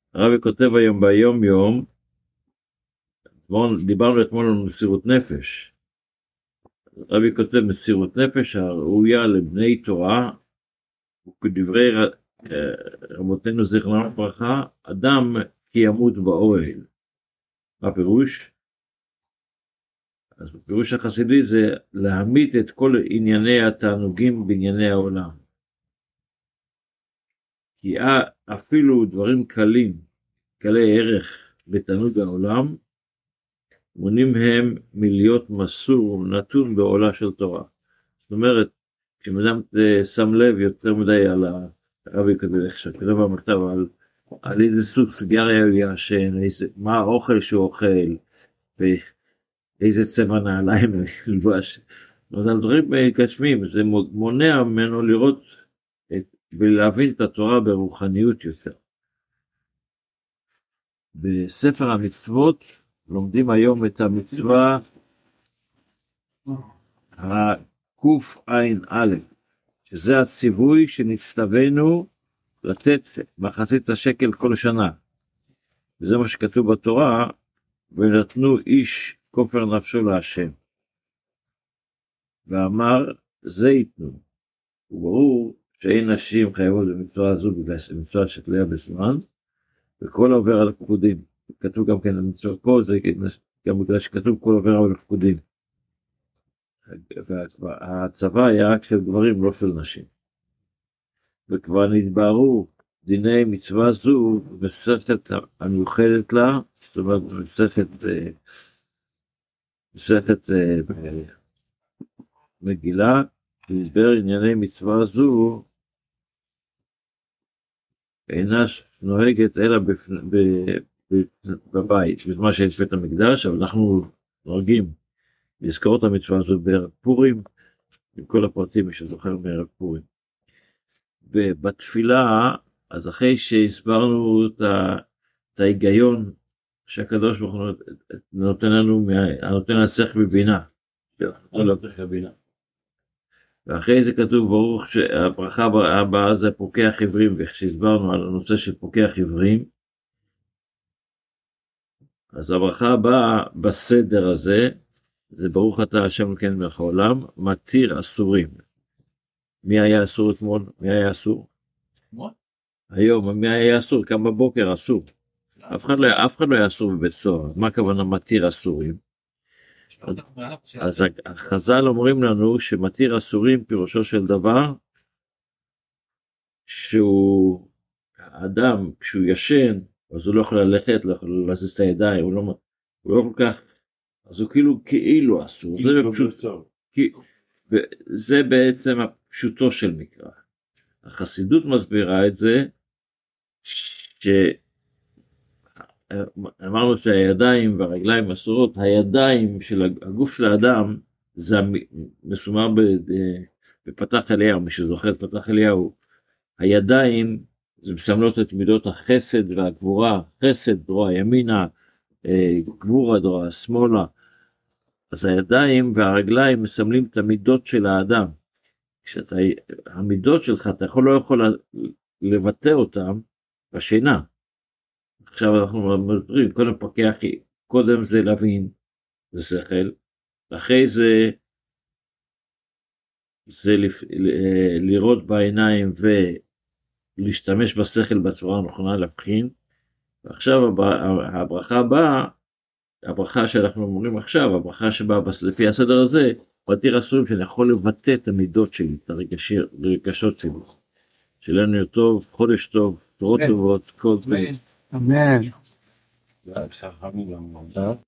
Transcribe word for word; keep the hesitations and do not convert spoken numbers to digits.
הרבי כותב היום ביום יום, דיברנו אתמול על מסירות נפש. הרבי כותב מסירות נפש הראויה לבני תורה, וכדברי רבותינו זיכרונם לברכה, אדם כי ימות באוהל. מה פירוש? אז הפירוש החסידי זה להמית את כל ענייני התענוגים בענייני העולם. כי אפילו דברים קלים, קלי ערך בתענוג העולם, מונים הם מלהיות מסור נתון בעולה של תורה. זאת אומרת, כשאדם שם לב יותר מדי על הרבי כזה, איך שכתב במכתב, על, על איזה סוג סיגריה הוא יעשן, מה האוכל שהוא אוכל, ואיזה צבע נעליים ללבש. על דברים גשמיים, זה מונע ממנו לראות את, ולהבין את התורה ברוחניות יותר. בספר המצוות, לומדים היום את המצווה הקע"א, שזה הציווי שנצטווינו לתת מחצית השקל כל שנה. וזה מה שכתוב בתורה, ונתנו איש כופר נפשו להשם. ואמר, זה ייתנו. וברור שאין נשים חייבות במצווה הזו, בגלל מצווה שתלויה בזמן, וכל עובר על הפקודים. כתוב גם כן המצווה פה, זה גם בגלל שכתוב כל עובר על הפקודים. והצבא היה רק של גברים, לא של נשים. וכבר נתבהרו דיני מצווה זו, מסכת המיוחדת לה, זאת אומרת, מסכת, מסכת מגילה, להסבר ענייני מצווה זו, אינה נוהגת אלא בבית, בזמן שיש בית המקדש, אבל אנחנו נוהגים לזכור את המצווה הזו בערב פורים, עם כל הפרטים מי שזוכר בערב פורים. ובתפילה, אז אחרי שהסברנו את, ה, את ההיגיון שהקדוש ברוך הוא נותן לנו, נותן לשכל בבינה, לא צריך בבינה. ואחרי זה כתוב ברוך שהברכה הבאה זה פוקח עברים, וכשהסברנו על הנושא של פוקח עברים, אז הברכה הבאה בסדר הזה, זה ברוך אתה השם אלוקינו מלך העולם, מתיר אסורים. מי היה אסור אתמול? מי היה אסור? מה? היום, מי היה אסור? קם בבוקר אסור. אף אחד לא, אף אחד לא היה אסור בבית סוהר. מה הכוונה מתיר אסורים? אז החז"ל אומרים לנו שמתיר אסורים פירושו של דבר, שהוא, האדם כשהוא ישן, אז הוא לא יכול ללכת, לא יכול להזיז את הידיים, הוא לא, הוא לא כל כך, אז הוא כאילו כאילו אסור. זה, בפשוט, כי, זה בעצם הפשוטו של מקרא. החסידות מסבירה את זה, שאמרנו שהידיים והרגליים אסורות, הידיים של הגוף של האדם, זה מסומר בפתח אליהו, מי שזוכר את פתח אליהו, הידיים זה מסמלות את מידות החסד והגבורה, חסד דרוע ימינה, גבורה דרוע שמאלה, אז הידיים והרגליים מסמלים את המידות של האדם. כשאתה, המידות שלך, אתה יכול, לא יכול לבטא אותם בשינה. עכשיו אנחנו מדברים, קודם פוקח, קודם זה להבין, זה שכל, ואחרי זה, זה לראות בעיניים ולהשתמש בשכל בצורה הנכונה להבחין, ועכשיו הברכה הבאה, הברכה שאנחנו אומרים עכשיו, הברכה שבאה לפי הסדר הזה, מתיר אסורים שאני יכול לבטא את המידות שלי, את הרגשות שלי. שלנו יהיה טוב, חודש טוב, תורות טובות, כל טוב. אמן. אמן.